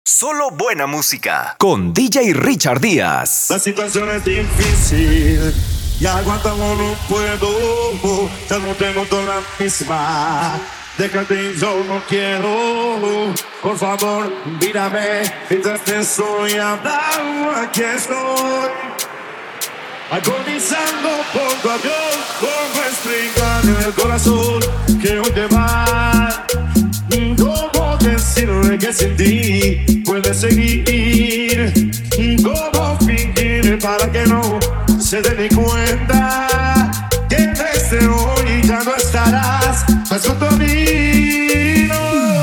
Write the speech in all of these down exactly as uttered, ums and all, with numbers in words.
Solo buena música con D J Richard Díaz. La situación es difícil y aguantamos no puedo, ya no tengo toda la misma. Déjate, yo no quiero. Por favor, mírame mientras te estoy hablando. Aquí estoy, agonizando por tu adiós. ¿Cómo explicar en el corazón que hoy te vas? ¿Cómo decirle que sin ti puedes seguir? ¿Cómo fingir para que no se dé ni cuenta que desde hoy ya no estarás más junto a mí? No.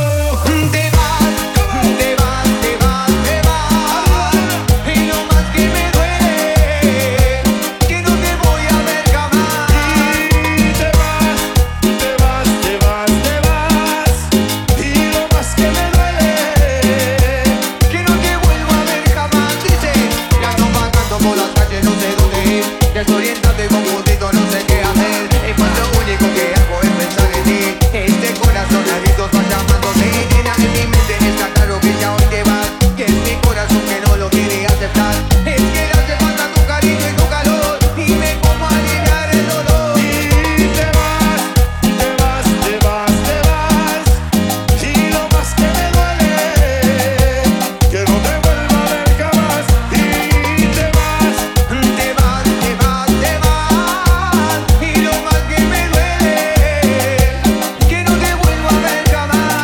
Desorientado y confundido, no sé qué hacer. Es más, lo único que hago es pensar en ti. Este corazón a gritos va llamándote. Nena, en mi mente está claro que ya hoy te vas. Que es mi corazón que no lo quiere aceptar. Es que le hace falta tu cariño y tu calor. Dime cómo aliviar el dolor. Y te vas, te vas, te vas, te vas. Y lo más que me duele, que no te vuelva a ver jamás. Y te vas, Te vas, te vas, te vas. Y lo más que me duele, que no te vuelvo a ver jamás.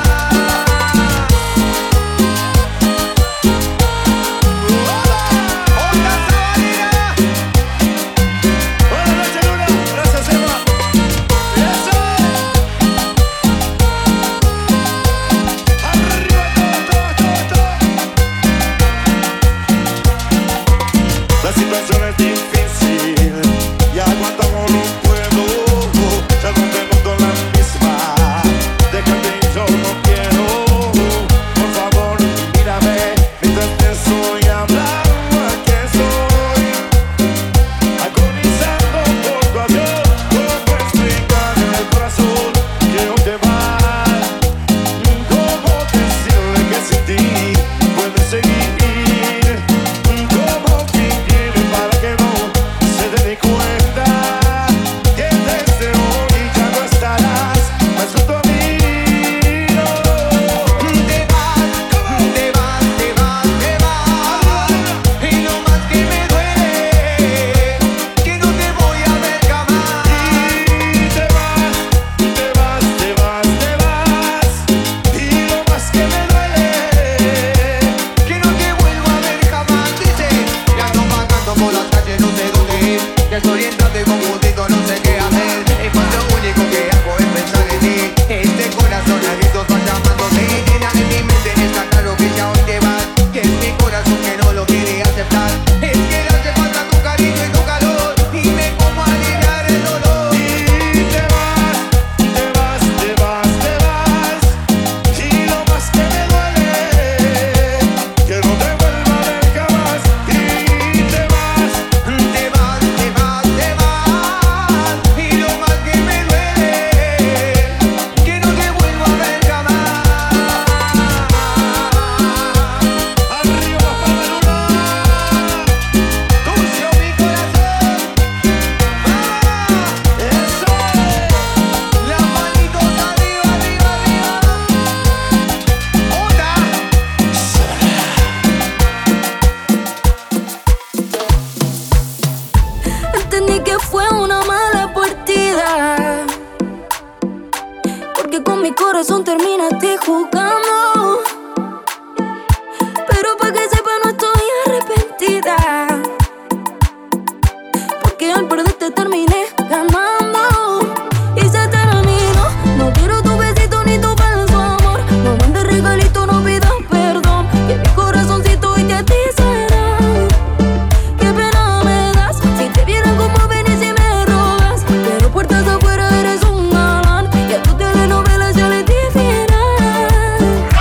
¡Onda Sabanera! buenas noches, Luna. Gracias, Emma. Eso. Arriba todo, todo, todo, todo. La situación es difícil y aguantamos no puedo. Ya no tengo toda la misma. Déjate, yo no quiero. Por favor, mírame mientras te estoy hablando. Aquí estoy, agonizando por tu adiós. ¿Cómo explicar en el corazón que hoy te vas? ¿Cómo decirle que sin ti puedes seguir? ¿Cómo fingir para que no se dé ni cuenta que desde hoy ya no estarás más junto a mí? No. Te vas, te vas, te vas, te vas. Y lo más que me duele, que no te voy a ver jamás. Y te vas, te vas, te vas, te vas. Y lo más que me duele, Que no te vuelvo a ver jamás. Dice, ya ando vagando por las calles, no sé dónde ir. Desorientado y confundido, no sé qué hacer. Es más, lo único que hago es pensar en ti. Este corazón a gritos va llamándote. Nena, en mi mente está claro que ya hoy te vas. Que es mi corazón que no lo quiere aceptar. Es que le hace falta tu cariño y tu calor. Dime cómo aliviar el dolor. y te vas, te vas, te vas, te vas. Y lo más que me duele, que no te vuelva a ver jamás. Y te vas, Te vas, te vas, te vas. Y lo más que me duele, que no te vuelvo a ver jamás. arriba para la luna. Tuyo mi corazón. ¡Ah! Eso es. Las manitos arriba, arriba, arriba. Una. Entendí que fue una mala partida, porque con mi corazón terminaste jugando. Pero pa' que sepa no estoy arrepentida, porque al perderte terminé ganando. Y se terminó, no quiero tu besito ni tu falso amor. No mandes regalito, no pidas perdón, que mi corazoncito hoy te atizará. Qué pena me das, si te vieran como vienes y me robas. Pero puertas afuera eres un galán, y a tu telenovela ya le di final.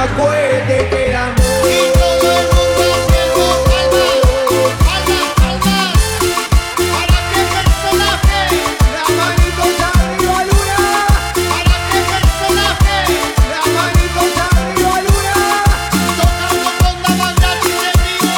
más fuerte que el amor. Y todo el mundo haciendo palmas, palmas, palmas. ¿Para qué personaje? Las manitos arriba, Luna. ¿Para qué personaje? Las manitos arriba, Luna. Tocando con damas gratis en vivo.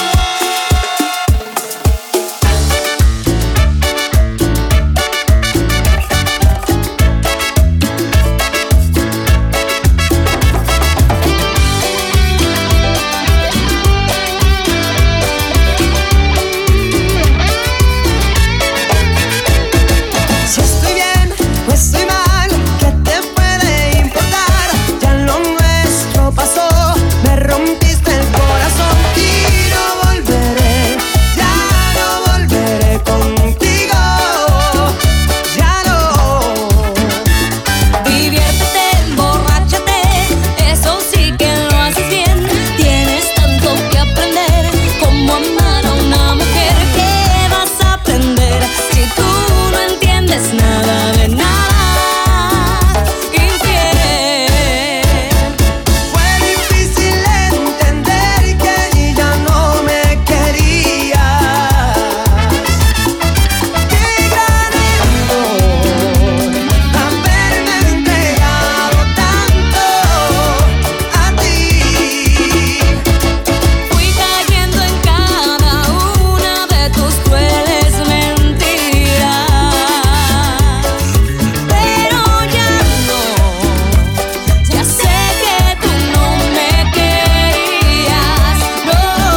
Si estoy bien o estoy mal, ¿qué te puede importar? Ya lo nuestro pasó, me rompiste el corazón y no volveré, ya no volveré contigo, ya no. Diviértete, emborráchate, eso sí que lo haces bien. Tienes tanto que aprender, cómo amar a una mujer. ¿Qué vas a aprender si tú no entiendes nada de nada? Infiel. Fue difícil entender que ya no me querías. Qué gran error haberme entregado tanto a ti. Fui cayendo en cada una de tus crueles mentiras, pero ya no, ya sé que tú no me querías, no.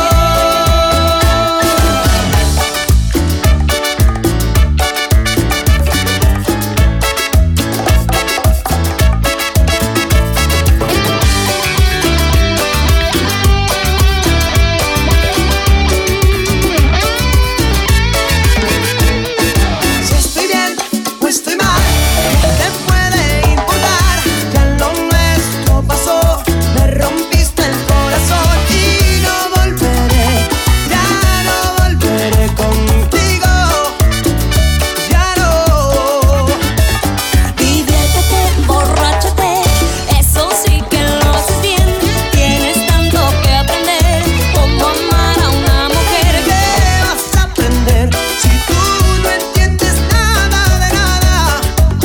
Si estoy bien o estoy mal, ¿qué te puede importar? Ya lo nuestro pasó, me rompiste el corazón y no volveré, ya no volveré contigo, ya no. Diviértete, emborráchate, eso sí que lo haces bien. Tienes tanto que aprender, cómo amar a una mujer. ¿Qué vas a aprender si tú no entiendes nada de nada?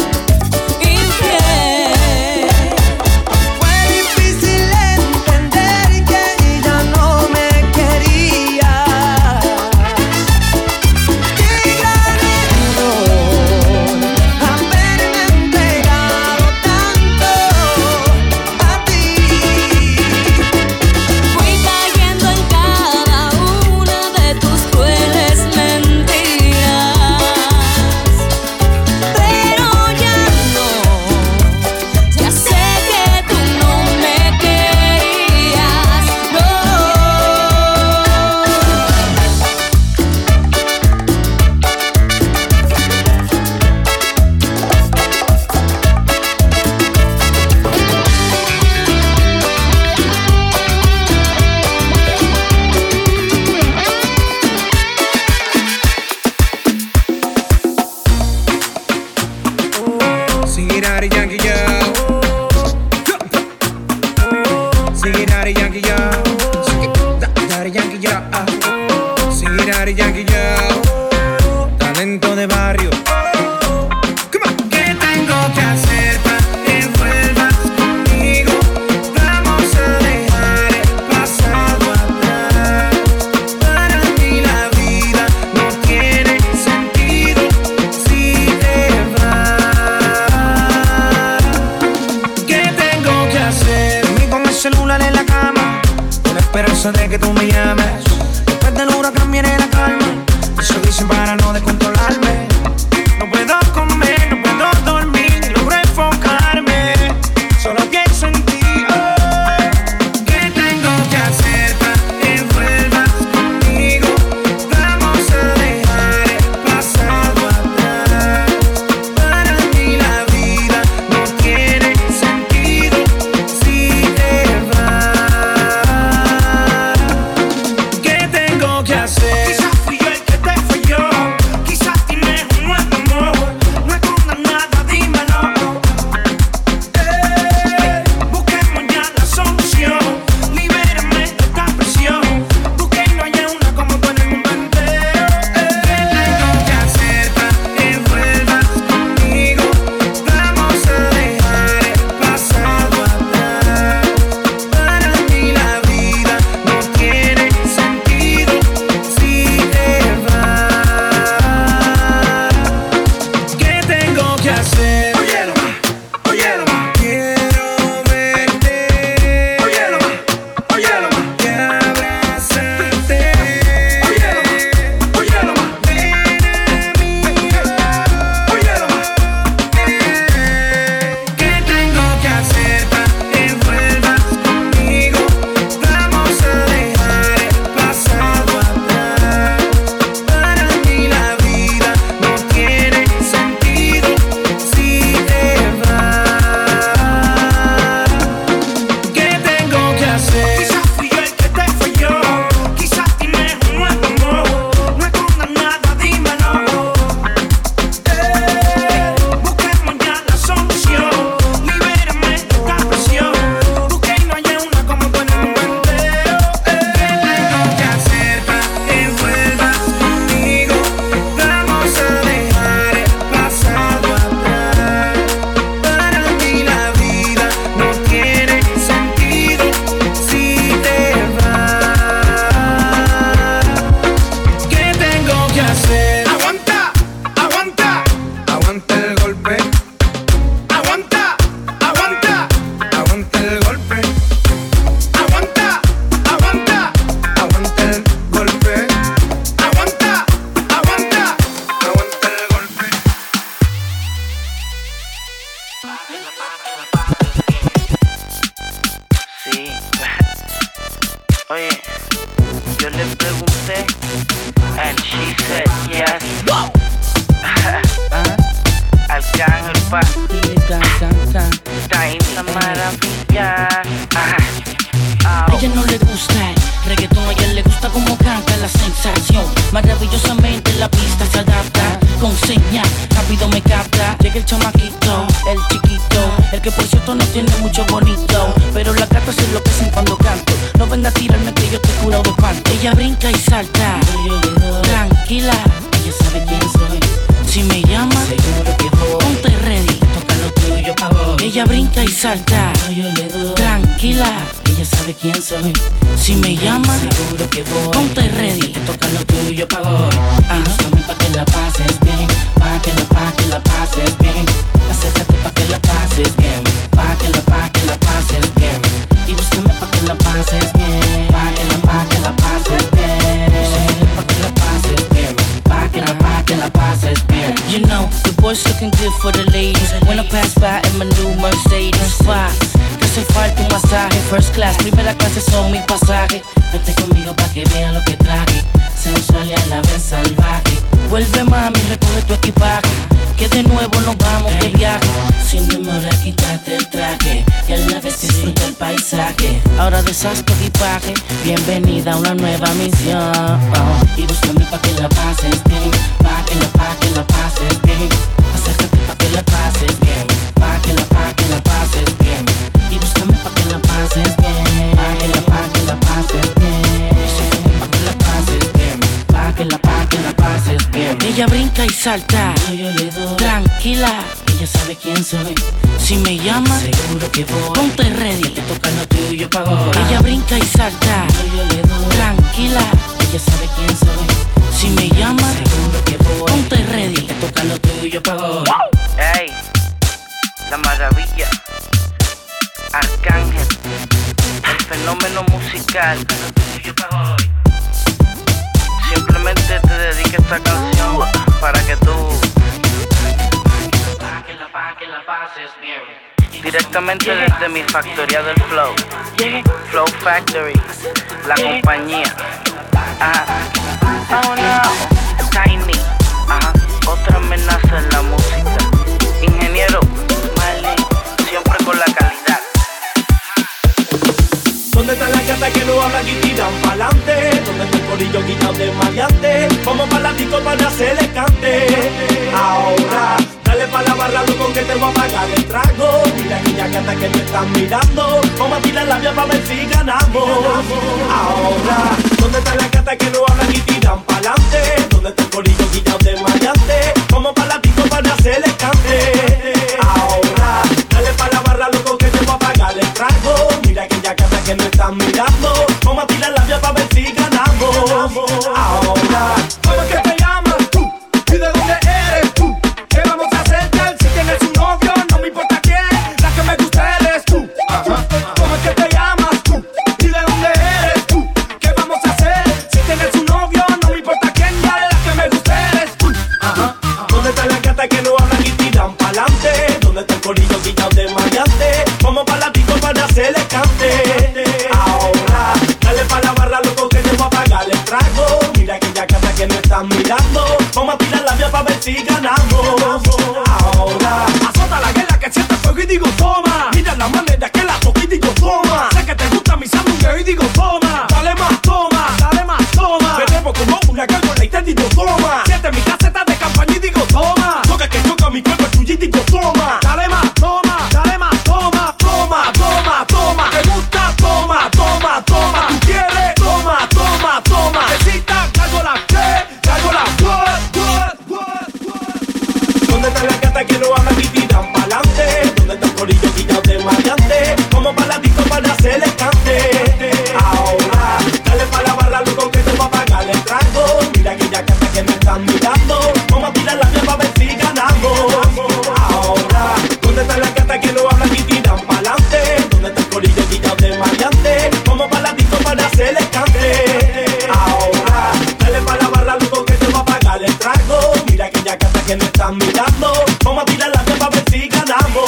Infiel. Fue difícil entender que ya no me querías. Qué gran error haberme entregado tanto a ti. Fui cayendo en cada una de tus crueles mentiras, pero ya no, ya sé que tú no me querías, no. Sing it out, Yankee, yo. Sing it out, Yankee, yo. Sing it out, Yankee, yo. Sing it out, Yankee, yo. Talento de barrio. Come on. ¿Qué tengo que hacer para que vuelvas conmigo? Vamos a dejar el pasado atrás. Para mí la vida no tiene sentido si te vas. ¿Qué tengo que hacer? Dormí con el celular en la cama, con la esperanza de que tú me llames. Después del huracán viene la calma. Eso dicen para no descontrolarme. No puedo comer, no puedo dormir, no logro enfocarme. Solo pienso en ti. Oh. ¿Qué tengo que hacer para que vuelvas conmigo? Vamos a dejar el pasado atrás. Para mí la vida no tiene sentido si te vas. ¿Qué say? And she said yes. uh-huh. Arcángel pa está en la maravilla. A ella no le gusta el reggaetón, a ella le gusta como canta la sensación. Maravillosamente la pista se adapta, con señal, rápido me capta. Llega el chamaquito, el chiquito, el que por cierto no tiene mucho bonito, pero las gatas se enloquecen cuando canto. No venga a tirarme que yo te curo de espanto. Ella brinca y salta, tranquila, ella sabe quién soy. Si me llama, seguro que voy. Ponte ready, toca lo tuyo pa' hoy. Ella brinca y salta, yo le doy. Tranquila, ella sabe quién soy. Si me llama, seguro que voy. Ponte ready, toca lo tuyo pa' hoy. Búscame pa' que la pases bien, pa' que la, pa' que la pases bien. Acércate pa' que la pases bien, pa' que la, pa' que la pases bien. Y búscame pa' que la pases bien, pa' que la, pa' que la pases bien. Búscame pa' que la pases bien, pa' que la, pa' que la pases bien. You know, the boys looking good for the ladies. When I pass by in my new Mercedes Fox, que hace falta un masaje. First class, primera clase son mi pasaje. Vete conmigo pa' que vea lo que traje. Sensual y a la vez salvaje. Vuelve mami, recoge tu equipaje, que de nuevo nos vamos de viaje. Sin demora quítate el traje y a la vez disfruta el paisaje. Ahora deshaz tu equipaje, bienvenida a una nueva misión. Oh. Y búscame pa' que la pases bien, pa' que la, pa' que la pases bien. Acércate pa' que la pases bien, pa' que la, pa' que la pases bien. Y búscame pa' que la pases bien, pa' que la, pa' que la pases bien. Búscame pa' que la pases bien, pa' que la, pa' que la pases bien. Ella brinca y salta, yo le doy. Tranquila, ella sabe quién soy. Si me llama, seguro que voy. Ponte ready, te toca lo tuyo pa' hoy. Ella brinca y salta, yo le doy. Tranquila, ella sabe quién soy. Si me llama, seguro que voy. Ponte ready, te toca lo tuyo pa' hoy. Ey, la maravilla, Arcángel, el fenómeno musical, lo tuyo pa' hoy. Simplemente te dedico esta canción para que tú directamente desde mi factoría del Flow, Flow Factory, la compañía. Ajá. Oh no, Tiny. Ajá. Otra amenaza en la música. Ingeniero Marley, siempre con la calidad. ¿Dónde están las gatas que no hablan y tiran pa'lante? ¿Dónde está el corillo quitado de maleante? Vamos pa' la disco para hacerle cante. Ahora, dale pa' la barra, loco, que te voy a pagar el trago. Mira aquellas gatas que te están mirando. Vamos a tirar la vía pa' ver si ganamos. Ahora, ¿dónde están las gatas que no hablan y tiran pa'lante? ¿Dónde está el corillo quitado de maleante? Vamos pa' la disco para hacerle cante. Ahora, dale pa' la barra, loco, que te voy a pagar el trago. Mira aquellas gatas que no están mirando. Vamos a tirar la vía pa' ver si ganamos. Ahora, ¿cómo es que te llamas tú? ¿Y de dónde eres tú? ¿Qué vamos a hacer, girl? Si tienes un novio, no me importa quién. La que me gusta eres tú. Ajá. ¿Cómo es que te llamas tú? ¿Y de dónde eres tú? ¿Qué vamos a hacer? Si tienes un novio, no me importa quién. Ya la que me gusta eres tú. Ajá. ¿Dónde están las gatas que no hablan y tiran pa'lante? ¿Dónde está el corillo quitado de maleante? Vamos pa' la disco para hacerle cante. Ahora, dale pa' la barra, loco, que te voy a pagar el trago. Mira aquella gata que me están mirando. Vamos a tirar la vía pa' ver si ganamos. Ahora, azota la guerra que siente fuego y digo toma. Mira la manera que la toco y digo toma. Sé que te gusta mi sándwich y digo toma. Dale más toma, dale más toma. Me debo como una gárgola y te digo toma. Siente mi caseta de campaña y digo toma. Toca que toca mi cuerpo tuyo y digo toma. Dale más toma, dale más toma. Toma, toma, toma. ¿Te gusta? Toma, toma, toma. ¿Tú quieres? Toma, toma, toma. Necesita gárgola que, gárgola what, what, what, what. ¿Dónde están las gatas que no hablan y tiran pa'lante? ¿Dónde está el corillo quitado de maleante? Vamos pa' la disco para hacerle cante. Ahora, dale pa' la barra, loco, que te voy a pagar el trago. Mira aquellas gatas que me están mirando. Vamos a tirar la vía pa' ver si ganamos. Ahora, ¿dónde están las gatas que no hablan y tiran pa'lante? ¿Dónde está el corillo quitado de maleante? Vamos pa' la disco para hacerle cante. Ahora, dale pa' la barra, loco, que te voy a pagar el trago. Mira aquellas gatas que me están mirando. Vamos a tirar la vía pa' ver si ganamos.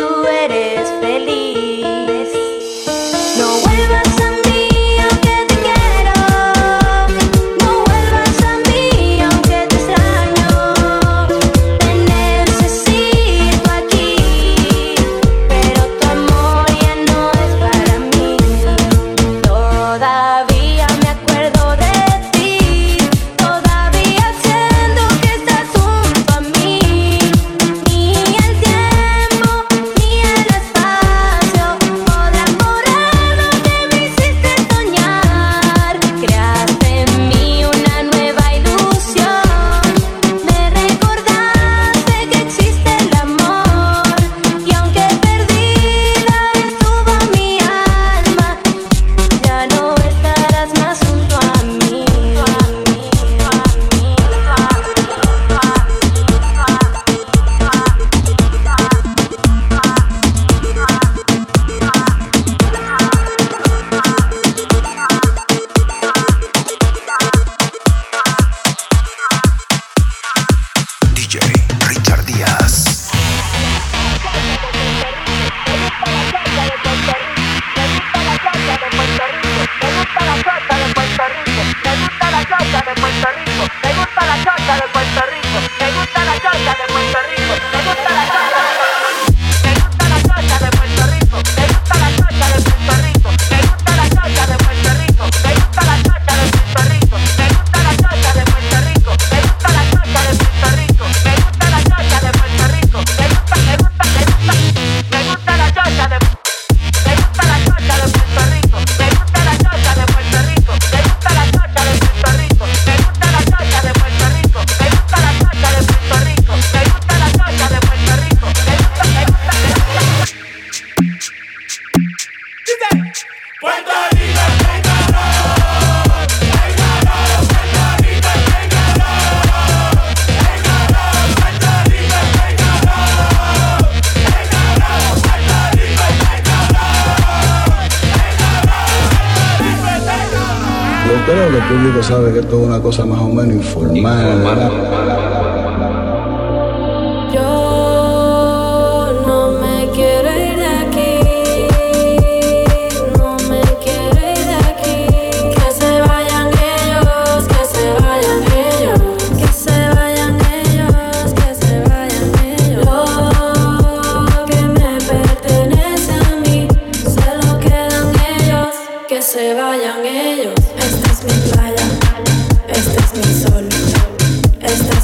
tú eres feliz. No vuelvas a mí aunque te quiero, no vuelvas a mí aunque te extraño. Te necesito aquí, pero tu amor ya no es para mí. Todavía me acuerdo de ti, todavía siento que estás junto a mí. Ni el tiempo ni el espacio podrán borrar lo que me hiciste soñar. Creaste en mí una nueva ilusión, me recordaste que existe el amor. Y aunque perdida estuvo mi alma, ya no estarás más junto a mí. D J Richard Díaz. Yo creo que el público sabe que esto es una cosa más o menos informal, ¿verdad? Yo no me quiero ir de aquí, no me quiero ir de aquí. Que se vayan ellos, que se vayan ellos, que se vayan ellos, que se vayan ellos. Lo que me pertenece a mí, se lo quedan ellos, que se vayan ellos. Esta es mi playa, este es mi sol, esta es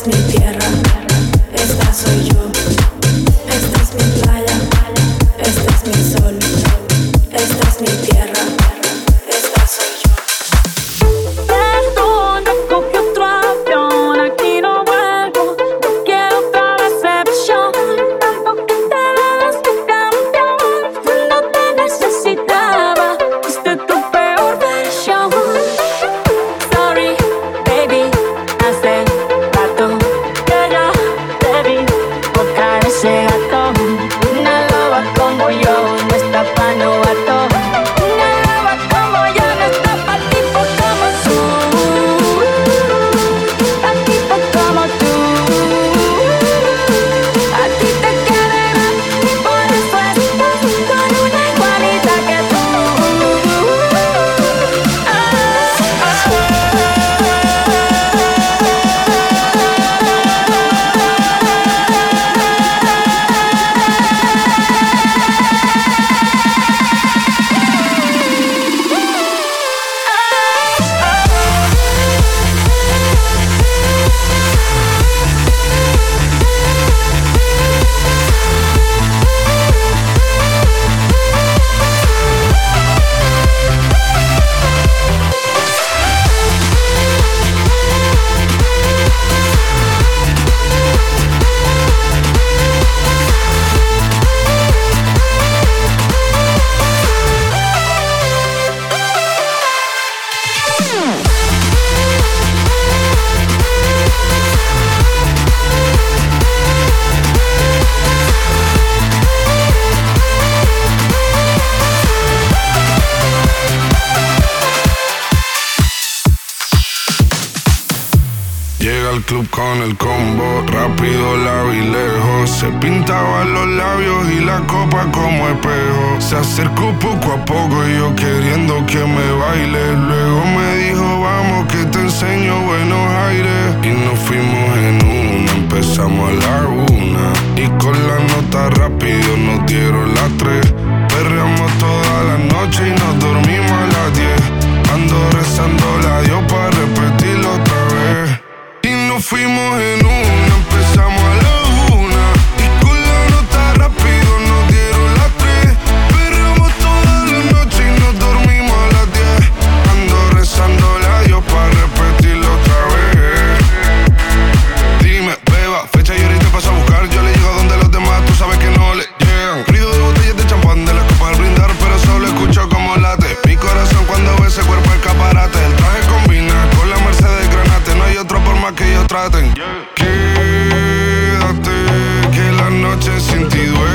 con el combo, rápido la vi lejos. Se pintaba los labios y la copa como espejo. Se acercó poco a poco y yo queriendo que me baile. Luego me dijo vamos que te enseño buenos aires. Y nos fuimos en una, empezamos a la una. Y con la nota rápido nos dieron las tres. Perreamos toda la noche y nos dormimos a las diez. Ando rezando la Dios para repetirlo otra vez. Y nos fuimos en una, empezamos a la una. Y con la nota rápido nos dieron las tres. Perreamos toda la noche y nos dormimos a las diez. Ando rezando la Dios para repetirlo otra vez. Dime, beba, fecha y ahorita paso a buscar. Yo le llego donde los demás, tú sabes que no le llegan. Ruido de botellas de champán de la copa al brindar, pero solo escucho como late mi corazón cuando ve ese cuerpo escaparate. El traje combina con la Mercedes Granate. No hay otro por más que ellos traten. Quédate, que la noche sin ti duele.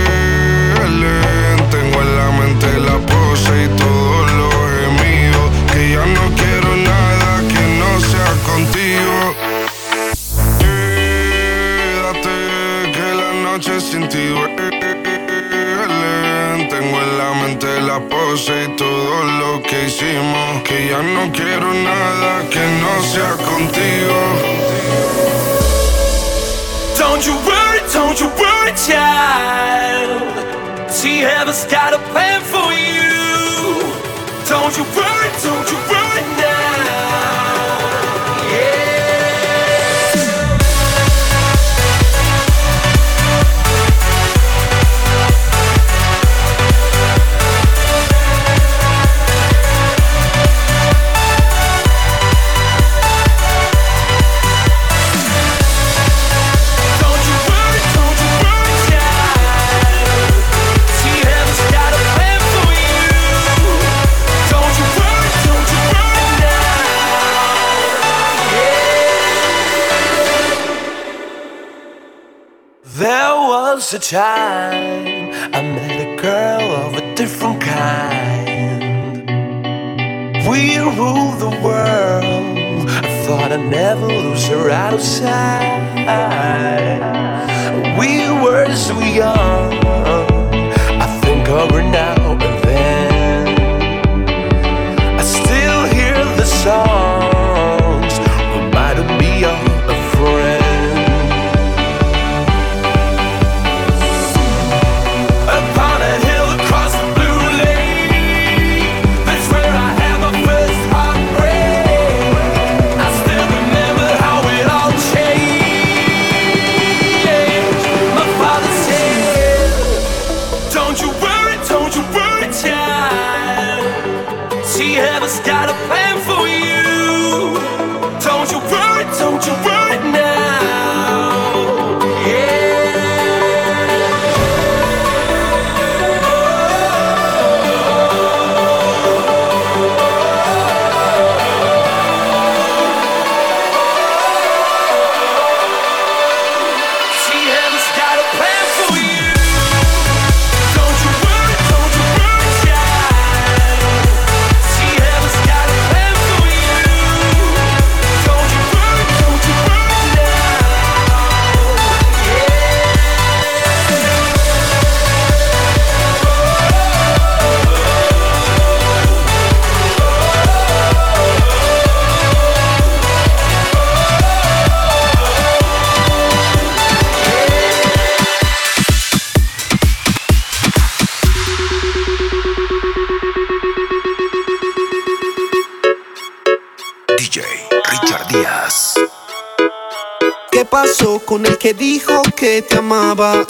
Tengo en la mente la pose y todos los gemidos. Que ya no quiero nada que no sea contigo. Quédate, que la noche sin ti duele. Tengo en la mente la pose y todo lo que hicimos. Que ya no quiero nada que no sea contigo. Don't you worry, don't you worry, child. See, heaven's got a plan for you. Don't you worry, don't you worry now. Yeah. There was a time I met a girl of a different kind. We ruled the world. I thought I'd never lose her out of sight. We were so young. I think of her now and then. I still hear the songs reminding me of a friend. Got a plan for you. Don't you worry, don't you worry now. Yeah. See, heaven's got a plan for you. Don't you worry, don't you worry, child. See, heaven's got a plan for you. Don't you worry, don't you worry now. Yeah. D J Richard Díaz. ¿Qué pasó con el que dijo que te amaba?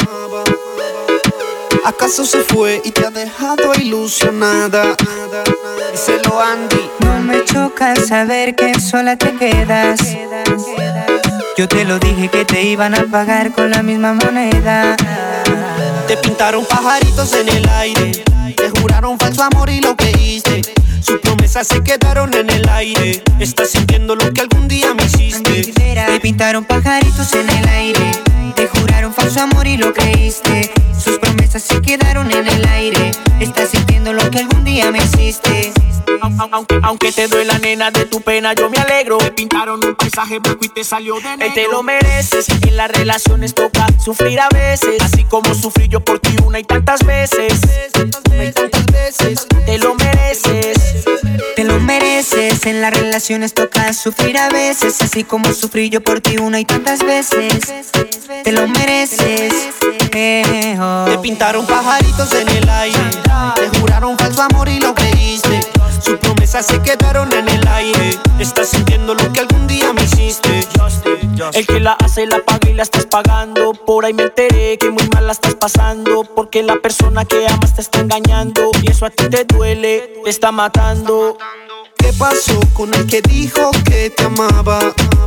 ¿Acaso se fue y te ha dejado ilusionada? Díselo, Andy. No me choca saber que sola te quedas. Yo te lo dije que te iban a pagar con la misma moneda. Te pintaron pajaritos en el aire, te juraron falso amor y lo creíste. Sus promesas se quedaron en el aire. Estás sintiendo lo que algún día me hiciste. Te pintaron pajaritos en el aire, te juraron falso amor y lo creíste. Sus promesas se quedaron en el aire. Estás sintiendo lo que algún día me hiciste. Aunque, aunque te duela, nena, de tu pena yo me alegro. Te pintaron un paisaje blanco y te salió de negro. Ey, te lo mereces, en las relaciones toca sufrir a veces, así como sufrí yo por ti una y tantas veces. Una y tantas veces, te lo mereces. Te lo mereces, en las relaciones toca sufrir a veces, así como sufrí yo por ti una y tantas veces. Te lo mereces, eh, oh. Te pintaron pajaritos en el aire, te juraron falso amor y lo creíste. Sus promesas se quedaron en el aire. Estás sintiendo lo que algún día me hiciste. El que la hace la paga y la estás pagando. Por ahí me enteré que muy mal la estás pasando, porque la persona que amas te está engañando y eso a ti te duele, te está matando. ¿Qué pasó con el que dijo que te amaba?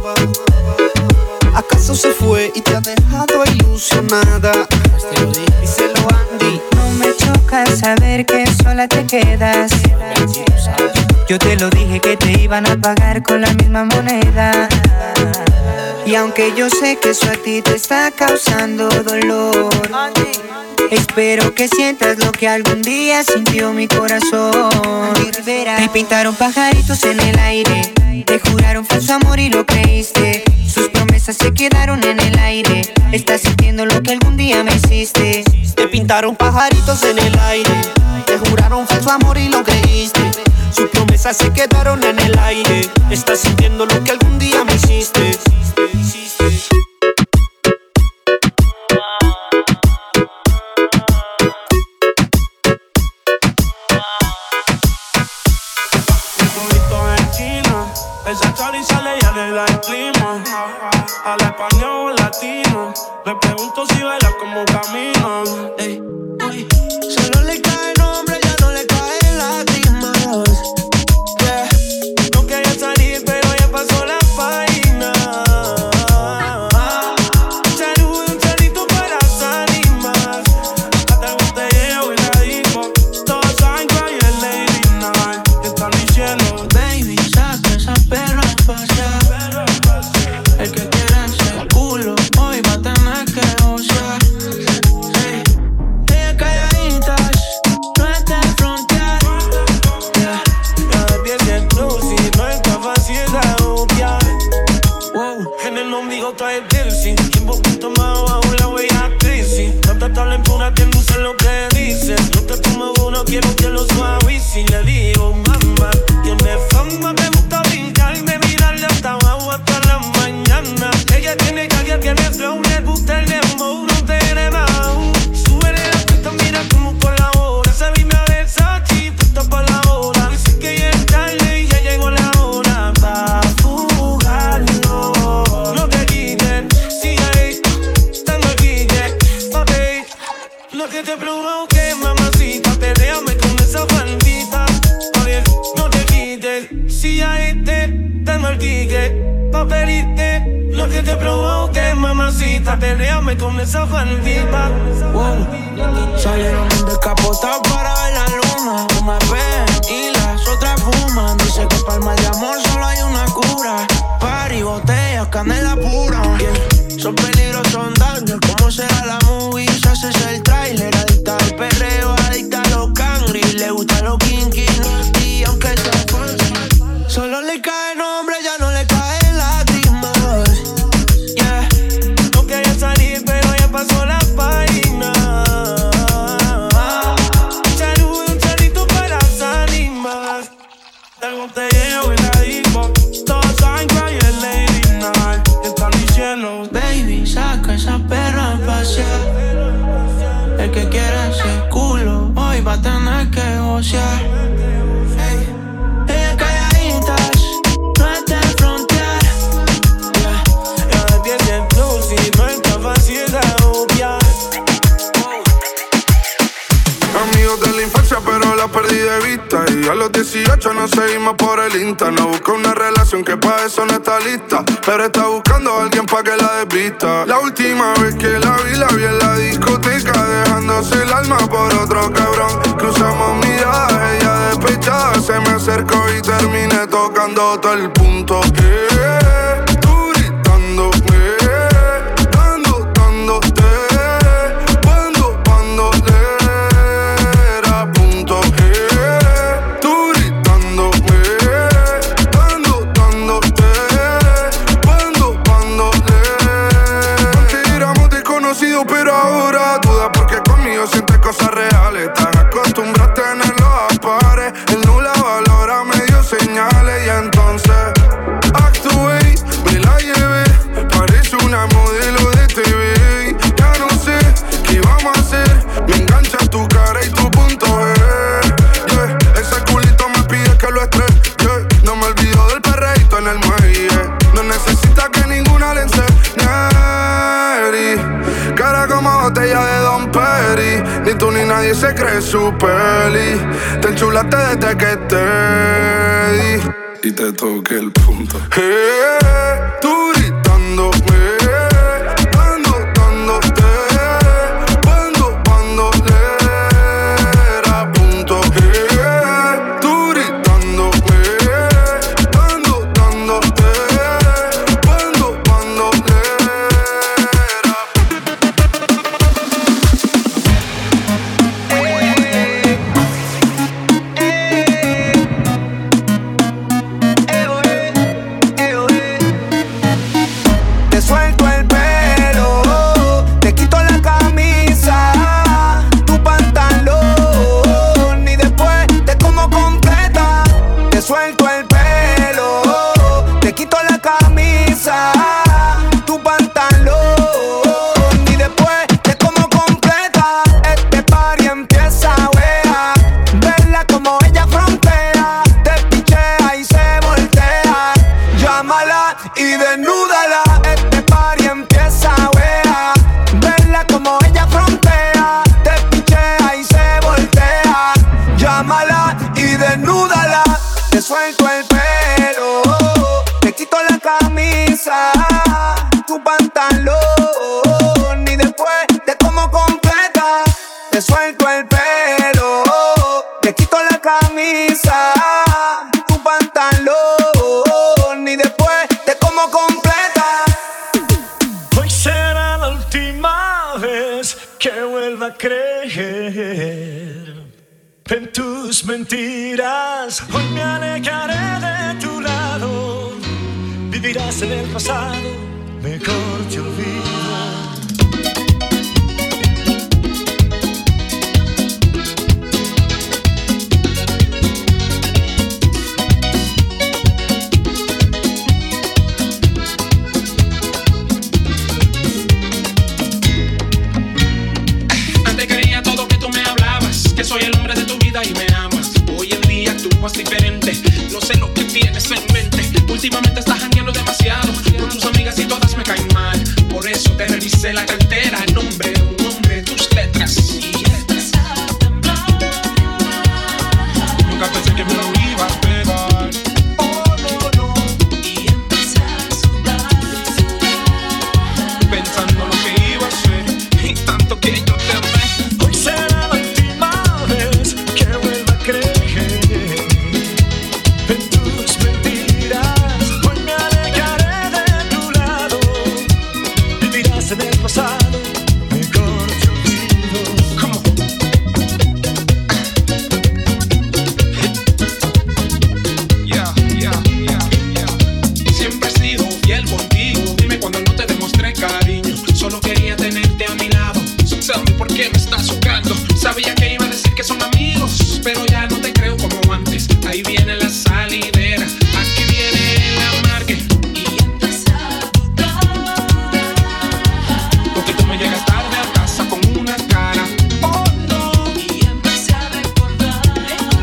¿Acaso se fue y te ha dejado ilusionada? Díselo, Andy. No me choca saber que sola te quedas. Yo te lo dije que te iban a pagar con la misma moneda. Y aunque yo sé que eso a ti te está causando dolor, espero que sientas lo que algún día sintió mi corazón. Te pintaron pajaritos en el aire, te juraron falso amor y lo creíste. Sus promesas se quedaron en el aire. Estás sintiendo lo que algún día me hiciste. Te pintaron pajaritos en el aire, te juraron falso amor y lo creíste. Sus promesas se quedaron en el aire. Estás sintiendo lo que algún día me hiciste. Esa chori sale y arregla el clima. A la español latino. Le pregunto si baila como camina. Ey, uy. Solo le cae nombre, ya no le caen lágrimas. Yeah. No quería salir, pero ya pasó la página. Saludo, un salito para salir más. Hasta el botellero y la disco. Todos saben que hoy es Lady Night. Están diciendo, baby, saca esa perra a pasear. El que quiera hacer culo, hoy va a tener que gozar. Hey. Ella calladitas, no está de frontear. yeah. Cada pieza es lucy, no está fácil de obviar. Wow. En el ombligo trae piercing, un poquito más abajo la huella crisis. No te hablen pura, que no sé lo que dices. No te tomo uno, quiero que lo suavice. Y le digo, mamá, tiene fama, me gusta brincarme, mirarle hasta abajo hasta la mañana. Ella tiene calle, tiene flow, le gusta el dembow, no tiene más. Súbele la pista, mira cómo colabora. Se vime a Versace, puesta pa' la hora. Dice que ya es tarde y ya llegó la hora pa' fugarlo. No te quites, si ahí estando aquí, yeah, papi. Lo que te provoque, mamacita, perréame con esa faldita. Oye, no te quites, si ahí te dando el ticket pa' pedirte. Lo que te provoque, mamacita, perréame con esa faldita. Wow. Salieron descapotados para ver la luna. Una vez y las otras fuman. Dice que para el mal de amor solo hay una cura. Party, botellas, canela pura. Yeah. Son peligros, son daños. ¿Cómo será la movie? Se hace el trailer. Adicta al perreo, adicta a los cangri. Le gusta los kinky. Y aunque sea falso, solo le cae nombre, ya no le caen lágrimas. Yeah. No quería salir, pero ya pasó la página. Saludo, un salito para salir más. Del botellero y la disco. Todos saben que hoy es Lady Night. Están diciendo, baby, saca esa perra a pasear. El que quiera ese culo, hoy va a tener que gozar. Hey. Ella calladitas, no está de frontear. yeah. Cada pieza es lucy, no está fácil de obviar. Amigos de la infancia, pero la perdí de vista. Y a los dieciocho nos seguimos por el Insta. No busca una relación que pa' eso no está lista, pero está buscando a alguien pa' que la desvista. La última vez que la vi, la vi en la discoteca, dejándose el alma por otro cabrón. Cruzamos miradas, ella despechada se me acercó y terminé tocando todo el punto. Eh, tú gritándome, dando, dándote. Cuando, cuando era punto. Eh, tú gritando, tú ni nadie se cree su peli. Te enchulaste desde que te di y te toqué el punto. Hey, tú gritándome, dando, dándote, cuando, cuando le era punto. Hey, tú gritándome, dando, dándote, cuando, cuando le suelto el pelo, te quito la camisa, tu pantalón y después te como completa. Este party empieza, wea, verla como ella frontea, te pichea y se voltea, llámala y desnúdala. Este party empieza, wea, verla como ella frontea, te pichea y se voltea, llámala y desnúdala. Te suelto el pelo, te quito la camisa, tu pantalón y después te como completa. Te suelto el pelo, te quito la camisa, tu pantalón y después te como completa. Hoy será la última vez que vuelva a creer en tus mentiras. Hoy me alejaré de tu lado, vivirás en el pasado, mejor te olvido. Antes creía todo que tú me hablabas, que soy el hombre de tu vida y me amas. Hoy en día actúas diferente, no sé lo que tienes en mente. Últimamente estás jangueando demasiado con tus amigas y todas me caen mal. Por eso te revisé la cartera, nombre de un hombre, tus letras y letras. Nunca pensé que me lo iba a pegar. Oh, no, no. Y empecé a sudar, pensando lo que iba a hacer y tanto que yo te amé. Hoy será la última vez que vuelva a creer en tus mentiras. Hoy me alejaré de tu lado, vivirás en el pasado, mejor te olvido. ¿Cómo? Yeah, yeah, yeah, yeah. Siempre he sido fiel contigo. Dime cuando no te demostré cariño. Solo quería tenerte a mi lado. So tell me por qué me estás jugando. Sabía que iba a decir que son amigos, pero ya no te creo como antes. Ahí viene la salidera, aquí viene el amargue y empieza a dudar. Porque tú me llegas tarde a casa con una cara. Oh no. Y empecé a recordar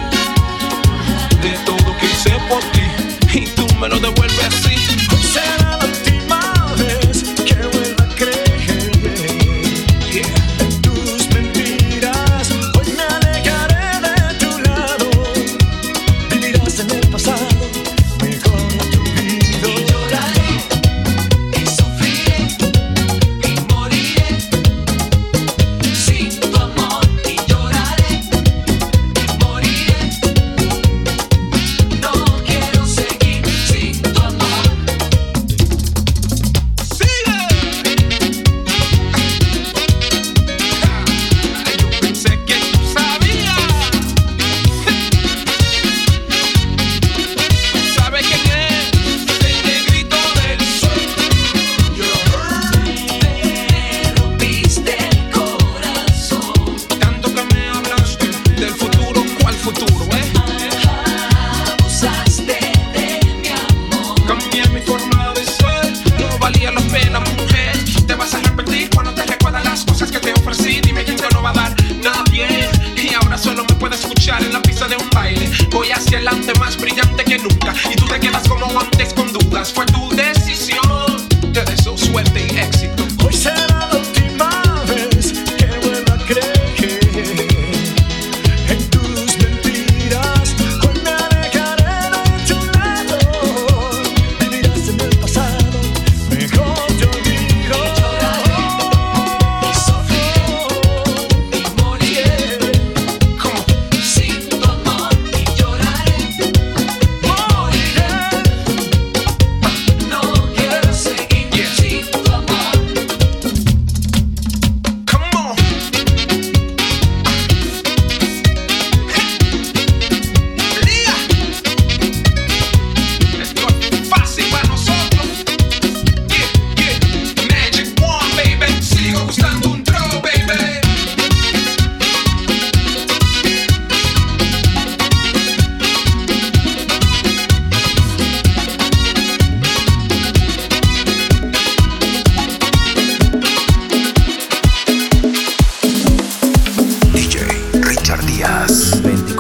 de todo que hice por ti y tú me lo devuelves así. Hoy será la última vez que vuelva a creer en tus mentiras. Hoy me alejaré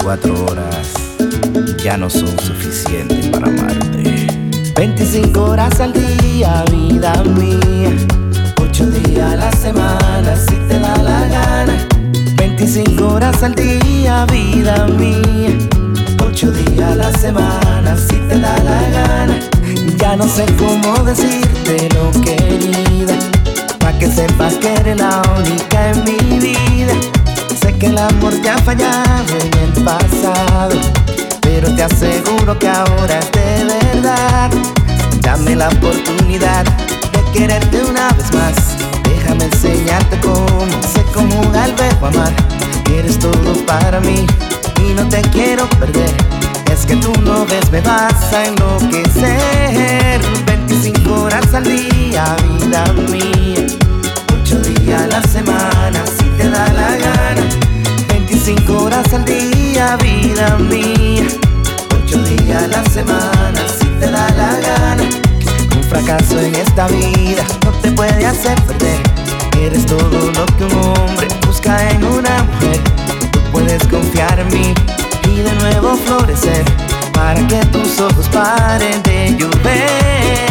veinticuatro horas ya no son suficientes para amarte. veinticinco horas al día, vida mía, ocho días a la semana, si te da la gana. veinticinco horas al día, vida mía, ocho días a la semana, si te da la gana. Ya no sé cómo decírtelo, querida, pa' que sepas que eres la única en mi vida. Sé que el amor te ha fallado en el pasado, pero te aseguro que ahora es de verdad. Dame la oportunidad de quererte una vez más. Déjame enseñarte cómo se conjuga el verbo amar. Eres todo para mí y no te quiero perder. Es que tú no ves, me vas a enloquecer. veinticinco horas al día, vida mía, ocho días a la semana, si te da la gana. veinticinco horas al día, vida mía, ocho días a la semana, si te da la gana. Un fracaso en esta vida no te puede hacer perder. Eres todo lo que un hombre busca en una mujer. Tú puedes confiar en mí y de nuevo florecer, para que tus ojos paren de llover.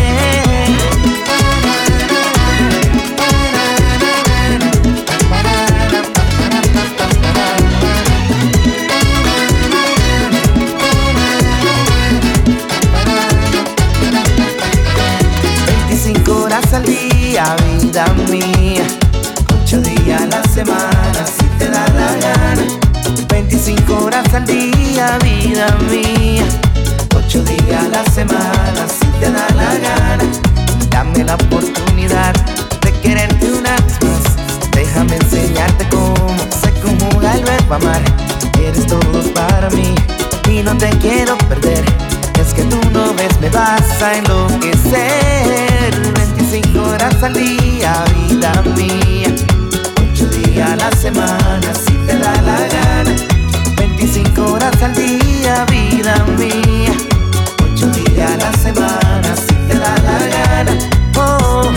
veinticinco horas al día, vida mía, ocho días a la semana, si te da la gana. veinticinco horas al día, vida mía, ocho días a la semana, si te da la gana. Dame la oportunidad de quererte una vez más. Déjame enseñarte cómo se conjuga el verbo amar. Eres todo para mí y no te quiero perder. Es que tú no ves, me vas a enloquecer. veinticinco horas al día, vida mía, ocho días a la semana, si te da la gana. veinticinco horas al día, vida mía, ocho días a la semana, si te da la gana. Oh,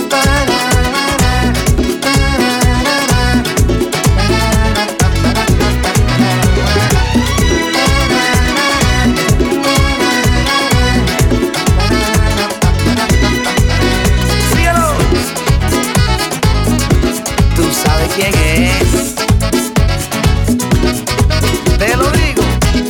síguelo. Tú sabes quién es. Te lo digo.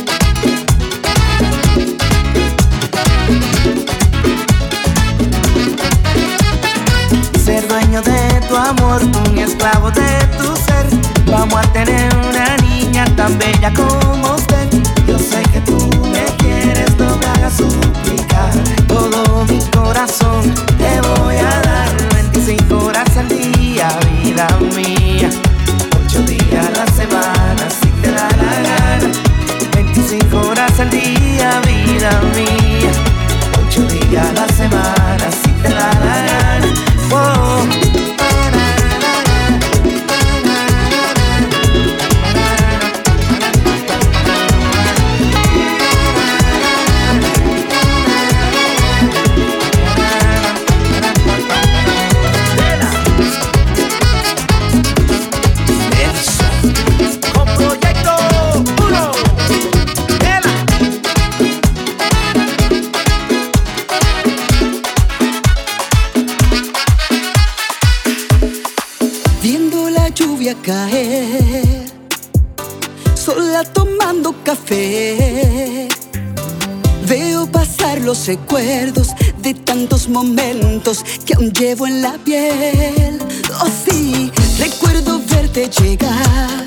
Ser dueño de tu amor, un esclavo de tu ser. Vamos a tener una niña tan bella como usted. Yo sé que tú me quieres, no me hagas suplicar. Todo mi corazón te voy a dar. veinticinco horas al día, vida mía, ocho días a la semana, si te da la gana. veinticinco horas al día, vida mía, ocho días a la semana, si te da la gana. Oh. Caer, sola tomando café, veo pasar los recuerdos de tantos momentos que aún llevo en la piel. Oh sí, recuerdo verte llegar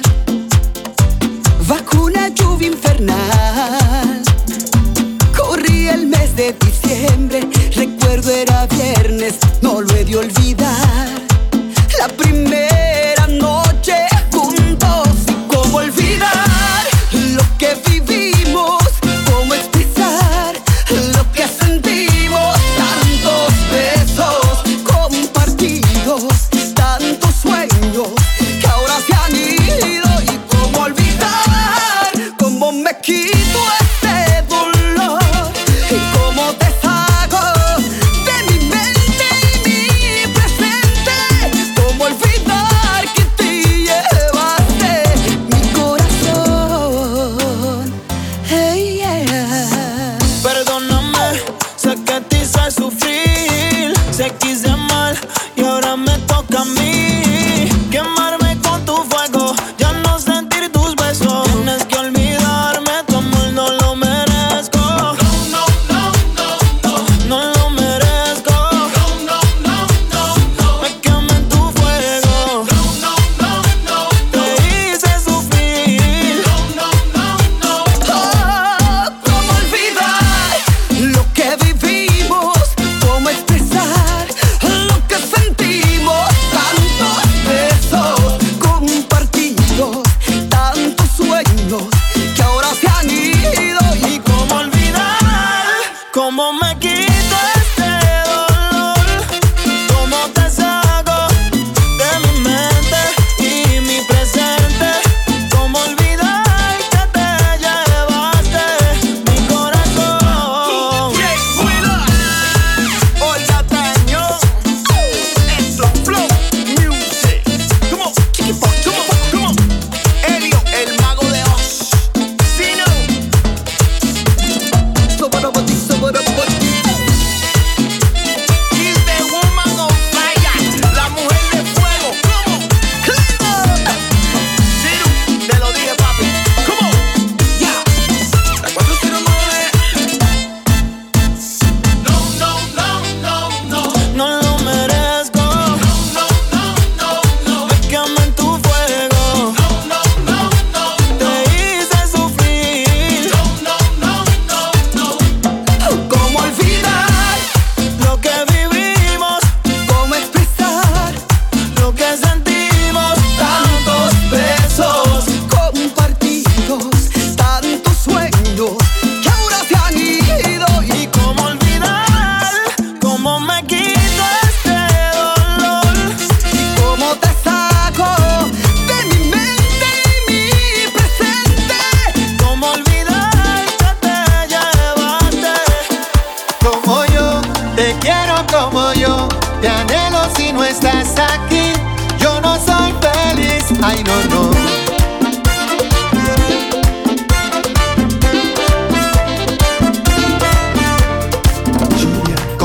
bajo una lluvia infernal. Corría el mes de diciembre, recuerdo era viernes, no lo he de olvidar. La primera noche juntos, y cómo olvidar lo que vivimos, cómo expresar lo que sentimos. Tantos besos compartidos, tantos sueños que ahora se han ido. Y cómo olvidar, cómo me quito este dolor y cómo deshago de mi mente y mi presente.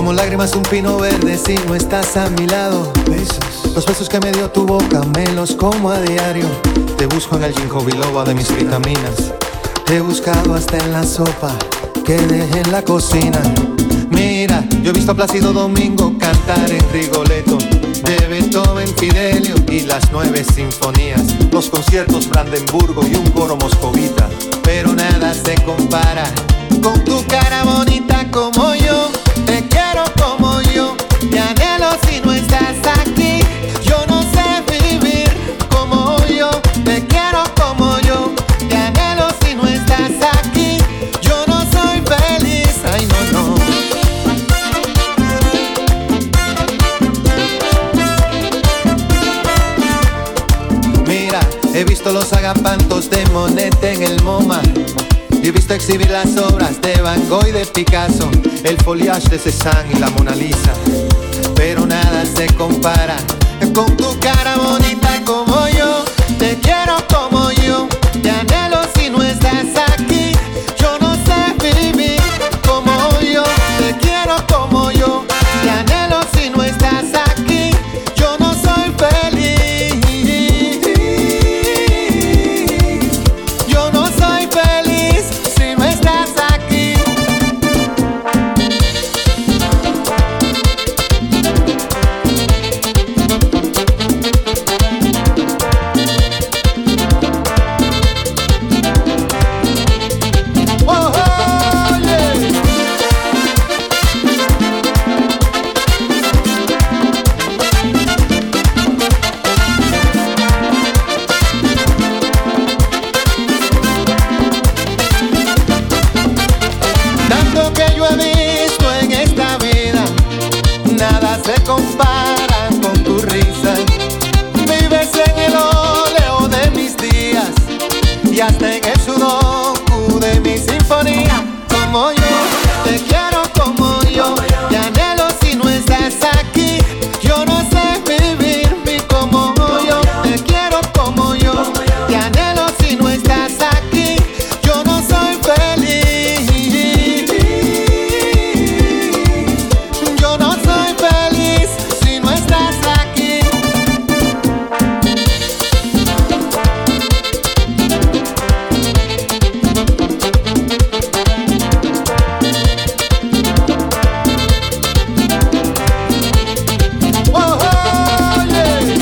Como lágrimas un pino verde si no estás a mi lado. Besos, los besos que me dio tu boca me los como a diario. Te busco en el ginkgo biloba de mis vitaminas. Te he buscado hasta en la sopa que dejé en la cocina. Mira, yo he visto a Plácido Domingo cantar en Rigoletto, de Beethoven, Fidelio y las nueve sinfonías, los conciertos Brandenburgo y un coro moscovita. Pero nada se compara con tu cara bonita como yo. Te quiero como yo, te anhelo si no estás aquí. Yo no sé vivir como yo. Te quiero como yo, te anhelo si no estás aquí. Yo no soy feliz, ay no, no. Mira, he visto los agapantos de Monet en el MoMA. Y he visto exhibir las obras de Van Gogh y de Picasso, el foliage de Cézanne y la Mona Lisa. Pero nada se compara con tu cara bonita como yo. Te quiero como yo, te anhelo si no estás aquí. Yo no sé vivir como yo. Te quiero como yo, te anhelo si no estás aquí. Yo no soy feliz. Yo no soy feliz si no estás aquí. Oh, oh, yeah. Tanto que yo he visto en esta vida, nada se compara con tu risa. Vives en el óleo de mis días y hasta en el sudoku de mi sinfonía. Como yo, te quiero como yo, te anhelo si no estás aquí. Yo no sé vivir mi como yo. Te quiero como yo, te anhelo si no estás aquí. Yo no soy feliz. Yo no soy feliz si no estás aquí. Oh, oh, yeah.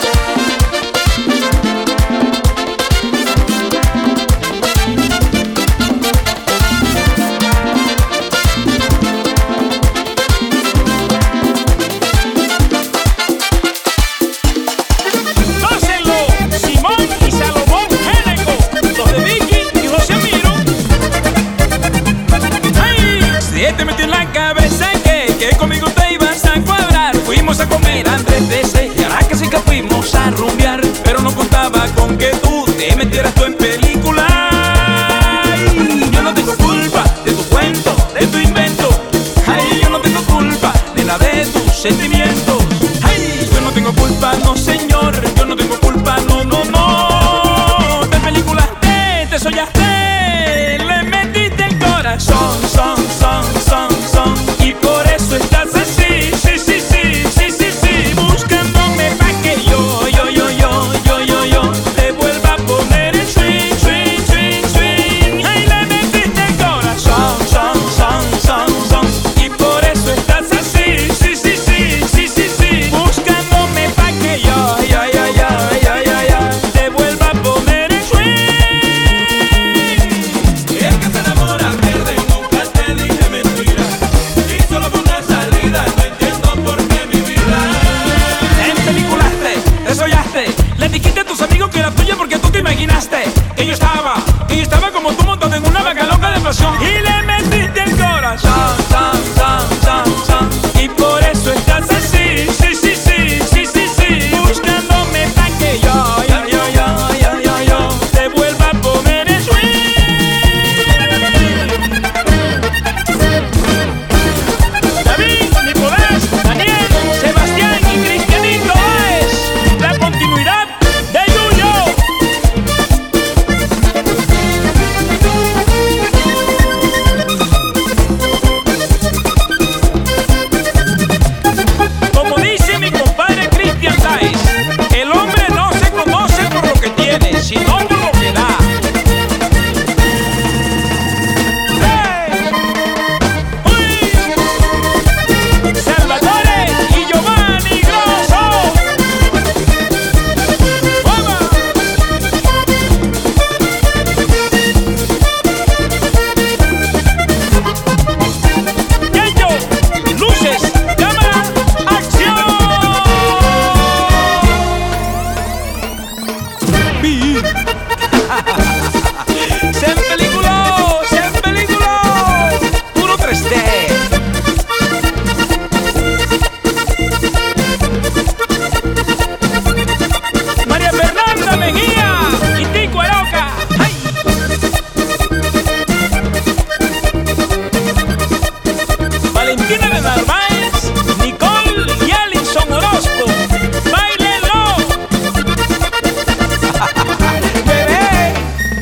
Pásenlo, Simón y Salomón Géneco, los de Vicky y José Miro. ¡Ay! Si te metió en la cabeza que, que conmigo te ibas a cuadrar, fuimos a comer antes de ese y ahora casi que fuimos a rumbear, pero no contaba con que tú te metieras tú en película. Ay, yo no tengo culpa de tu cuento, de tu invento. Ay, yo no tengo culpa de la de tus sentimientos. Ay, yo no tengo culpa, no señor, yo no tengo culpa, no, no, no. De películas te, te soñaste, le metiste el corazón, son, son, son, son. Y por eso estás así, sí, sí, sí, sí, sí, sí. Buscándome pa' que yo, yo, yo, yo, yo, yo, yo te vuelva a poner el swing, swing, swing, swing. Ay, le metiste el corazón, son, son, son, son. Y por eso estás así, sí, sí, sí, sí, sí, sí. Buscándome pa' que yo, yo, yo, yo, yo, yo, yo te vuelva a poner el swing.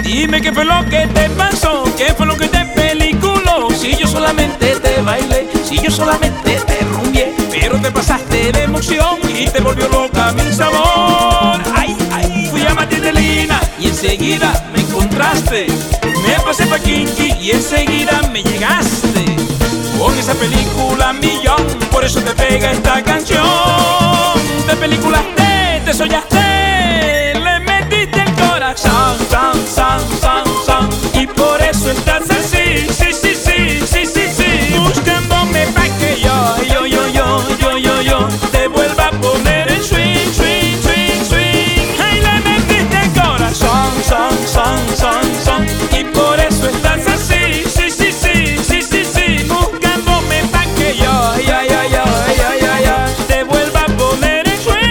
Dime qué fue lo que te pasó, qué fue lo que te peliculó. Si yo solamente te bailé, si yo solamente te rumbié, pero te pasaste de emoción y te volvió loca mi sabor. Ay, ay, fui a Matitelina y enseguida me encontraste. Me pasé pa' Kinky y enseguida me llegaste. Con esa película millón, por eso te pega esta canción. Te peliculaste, te soñaste, le metiste el corazón, son, son, son, son. Y por eso estás así, sí, sí, sí, sí, sí, sí. Buscándome pa' que yo, yo, yo, yo, yo, yo, yo te vuelva a poner el swing, swing, swing, swing. Ay, le metiste el corazón, son, son, son, son. Y por eso estás así, sí, sí, sí, sí, sí, sí. Buscándome pa' que yo, yo, yo, yo, yo, yo, yo te vuelva a poner el swing.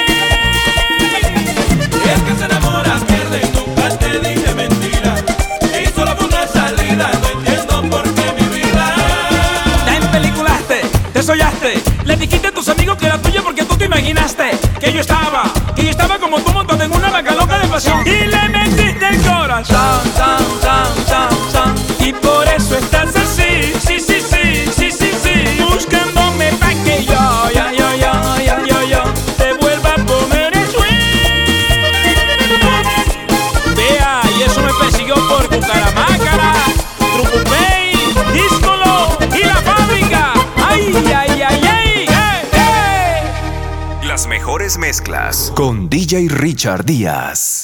El que se enamora pierde, nunca te dije mentira. Y solo fue una salida, no entiendo por qué mi vida. Te empeliculaste, te soñaste, le dijiste a tus amigos que era tuya porque tú te imaginaste que yo estaba, que yo estaba como tú montado en una vaca loca de pasión. Y le metiste el corazón, son, son, son, son. Y por eso estás así, sí, sí, sí, sí, sí, sí. Buscándome pa' que yo, yo, yo, yo, yo, yo, yo te vuelva a poner el swing. Vea, y eso me persiguió por Bucaramácara, Trucupey, Díscolo y La Fábrica. Ay, ay, ay, ay, hey, hey. Las mejores mezclas con D J Richard Díaz.